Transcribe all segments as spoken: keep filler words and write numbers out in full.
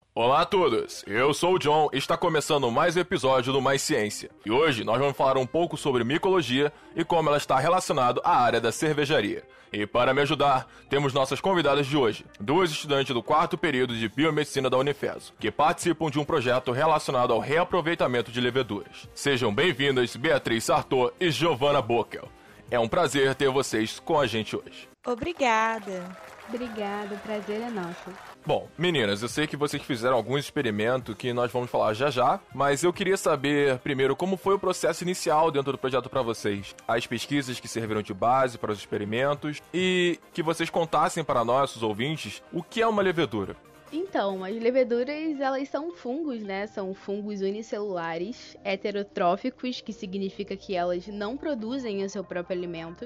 Olá a todos, eu sou o John e está começando mais um episódio do Mais Ciência. E hoje nós vamos falar um pouco sobre micologia e como ela está relacionada à área da cervejaria. E para me ajudar, temos nossas convidadas de hoje, duas estudantes do quarto período de Biomedicina da Unifeso, que participam de um projeto relacionado ao reaproveitamento de leveduras. Sejam bem-vindas Beatriz Sartor e Giovanna Bockel. É um prazer ter vocês com a gente hoje. Obrigada. Obrigada, o prazer é nosso. Bom, meninas, eu sei que vocês fizeram alguns experimentos que nós vamos falar já já, mas eu queria saber, primeiro, como foi o processo inicial dentro do projeto para vocês, as pesquisas que serviram de base para os experimentos e que vocês contassem para nós, os ouvintes, o que é uma levedura. Então, as leveduras, elas são fungos, né? São fungos unicelulares, heterotróficos, que significa que elas não produzem o seu próprio alimento.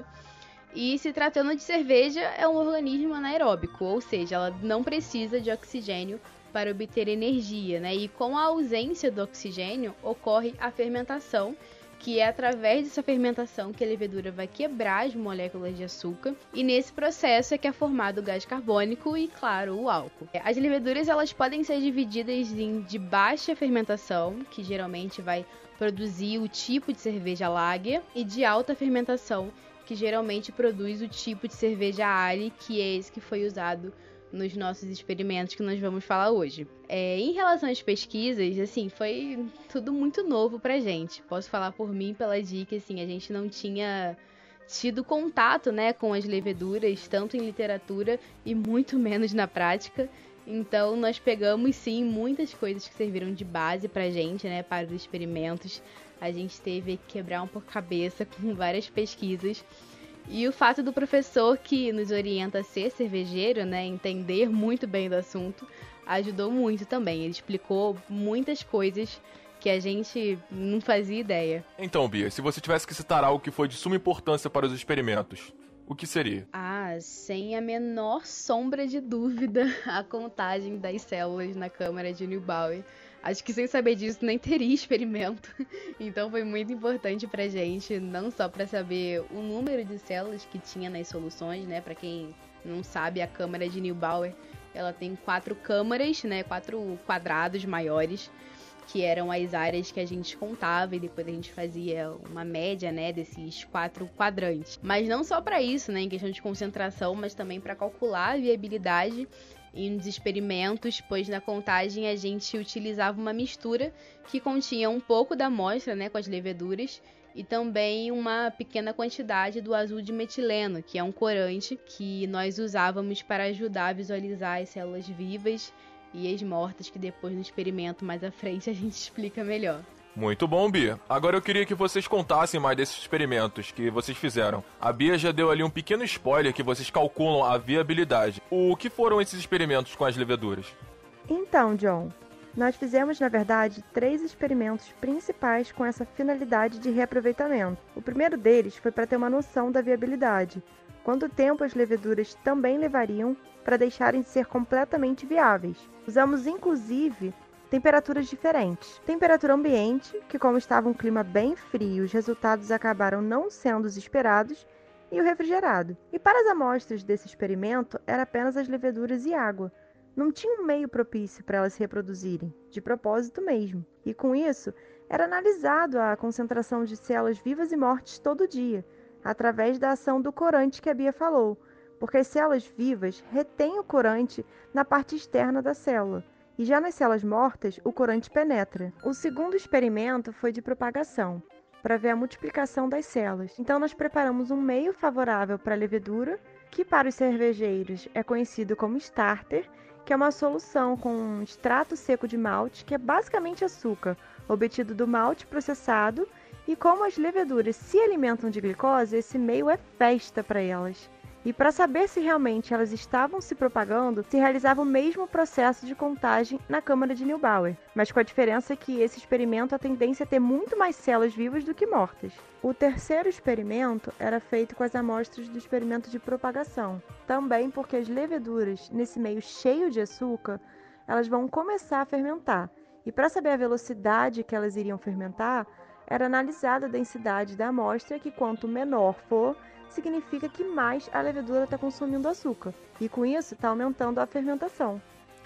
E se tratando de cerveja, é um organismo anaeróbico, ou seja, ela não precisa de oxigênio para obter energia, né? E com a ausência do oxigênio, ocorre a fermentação, que é através dessa fermentação que a levedura vai quebrar as moléculas de açúcar, e nesse processo é que é formado o gás carbônico e, claro, o álcool. As leveduras, elas podem ser divididas em de baixa fermentação, que geralmente vai produzir o tipo de cerveja lager, e de alta fermentação, que geralmente produz o tipo de cerveja ale, que é esse que foi usado nos nossos experimentos que nós vamos falar hoje. É, em relação às pesquisas, assim, foi tudo muito novo pra gente. Posso falar por mim e pela Di que, assim, a gente não tinha tido contato, né, com as leveduras, tanto em literatura e muito menos na prática. Então, nós pegamos, sim, muitas coisas que serviram de base pra gente, né, para os experimentos. A gente teve que quebrar um pouco a cabeça com várias pesquisas. E o fato do professor que nos orienta a ser cervejeiro, né, entender muito bem do assunto, ajudou muito também. Ele explicou muitas coisas que a gente não fazia ideia. Então, Bia, se você tivesse que citar algo que foi de suma importância para os experimentos, o que seria? Ah, sem a menor sombra de dúvida, a contagem das células na câmara de Neubauer. Acho que sem saber disso nem teria experimento. Então foi muito importante pra gente, não só pra saber o número de células que tinha nas soluções, né? Pra quem não sabe, a câmara de Neubauer, ela tem quatro câmaras, né? Quatro quadrados maiores, que eram as áreas que a gente contava e depois a gente fazia uma média, né, desses quatro quadrantes. Mas não só para isso, né, em questão de concentração, mas também para calcular a viabilidade e nos experimentos, pois na contagem a gente utilizava uma mistura que continha um pouco da amostra, né, com as leveduras, e também uma pequena quantidade do azul de metileno, que é um corante que nós usávamos para ajudar a visualizar as células vivas e as mortas, que depois no experimento mais à frente a gente explica melhor. Muito bom, Bia. Agora eu queria que vocês contassem mais desses experimentos que vocês fizeram. A Bia já deu ali um pequeno spoiler que vocês calculam a viabilidade. O que foram esses experimentos com as leveduras? Então, John, nós fizemos, na verdade, três experimentos principais com essa finalidade de reaproveitamento. O primeiro deles foi para ter uma noção da viabilidade. Quanto tempo as leveduras também levariam para deixarem de ser completamente viáveis. Usamos, inclusive, temperaturas diferentes. Temperatura ambiente, que como estava um clima bem frio, os resultados acabaram não sendo os esperados, e o refrigerado. E para as amostras desse experimento, era apenas as leveduras e água. Não tinha um meio propício para elas se reproduzirem, de propósito mesmo. E com isso, era analisado a concentração de células vivas e mortas todo dia, através da ação do corante que a Bia falou, porque as células vivas retêm o corante na parte externa da célula, e já nas células mortas, o corante penetra. O segundo experimento foi de propagação, para ver a multiplicação das células. Então, nós preparamos um meio favorável para a levedura, que para os cervejeiros é conhecido como starter, que é uma solução com um extrato seco de malte, que é basicamente açúcar, obtido do malte processado, e como as leveduras se alimentam de glicose, esse meio é festa para elas. E para saber se realmente elas estavam se propagando, se realizava o mesmo processo de contagem na câmara de Neubauer, mas com a diferença que esse experimento a tendência é ter muito mais células vivas do que mortas. O terceiro experimento era feito com as amostras do experimento de propagação, também porque as leveduras, nesse meio cheio de açúcar, elas vão começar a fermentar. E para saber a velocidade que elas iriam fermentar, era analisada a densidade da amostra, que quanto menor for, significa que mais a levedura está consumindo açúcar, e com isso está aumentando a fermentação.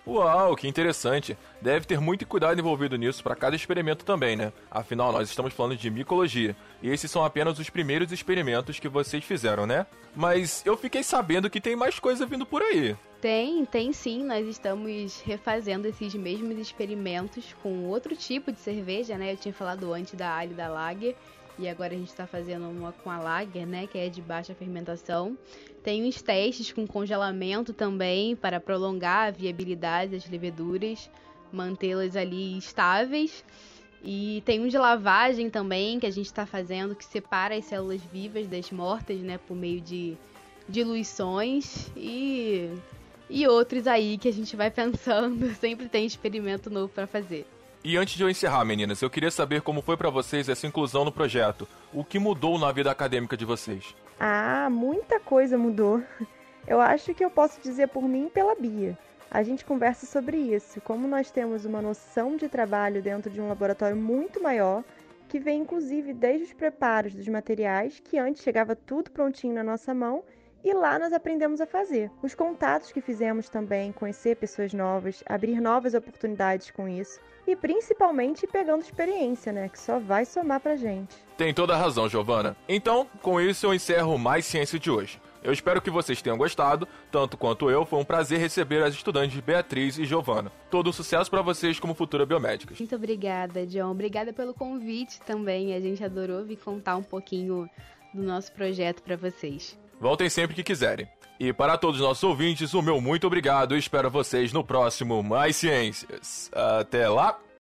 Uau, que interessante. Deve ter muito cuidado envolvido nisso para cada experimento também, né? Afinal, nós estamos falando de micologia, e esses são apenas os primeiros experimentos que vocês fizeram, né? Mas eu fiquei sabendo que tem mais coisa vindo por aí. Tem, tem sim. Nós estamos refazendo esses mesmos experimentos com outro tipo de cerveja, né? Eu tinha falado antes da Ale e da Lager, e agora a gente está fazendo uma com a Lager, né? Que é de baixa fermentação. Tem uns testes com congelamento também para prolongar a viabilidade das leveduras, mantê-las ali estáveis. E tem um de lavagem também que a gente está fazendo que separa as células vivas das mortas, né? Por meio de diluições e, e outros aí que a gente vai pensando. Sempre tem experimento novo para fazer. E antes de eu encerrar, meninas, eu queria saber como foi pra vocês essa inclusão no projeto. O que mudou na vida acadêmica de vocês? Ah, muita coisa mudou. Eu acho que eu posso dizer por mim e pela Bia. A gente conversa sobre isso, como nós temos uma noção de trabalho dentro de um laboratório muito maior, que vem inclusive desde os preparos dos materiais, que antes chegava tudo prontinho na nossa mão, e lá nós aprendemos a fazer. Os contatos que fizemos também, conhecer pessoas novas, abrir novas oportunidades com isso. E principalmente pegando experiência, né? Que só vai somar pra gente. Tem toda a razão, Giovana. Então, com isso eu encerro o Mais Ciência de hoje. Eu espero que vocês tenham gostado, tanto quanto eu. Foi um prazer receber as estudantes Beatriz e Giovana. Todo sucesso pra vocês como futuras biomédicas. Muito obrigada, John. Obrigada pelo convite também. A gente adorou vir contar um pouquinho do nosso projeto pra vocês. Voltem sempre que quiserem. E para todos os nossos ouvintes, o meu muito obrigado e espero vocês no próximo Mais Ciências. Até lá!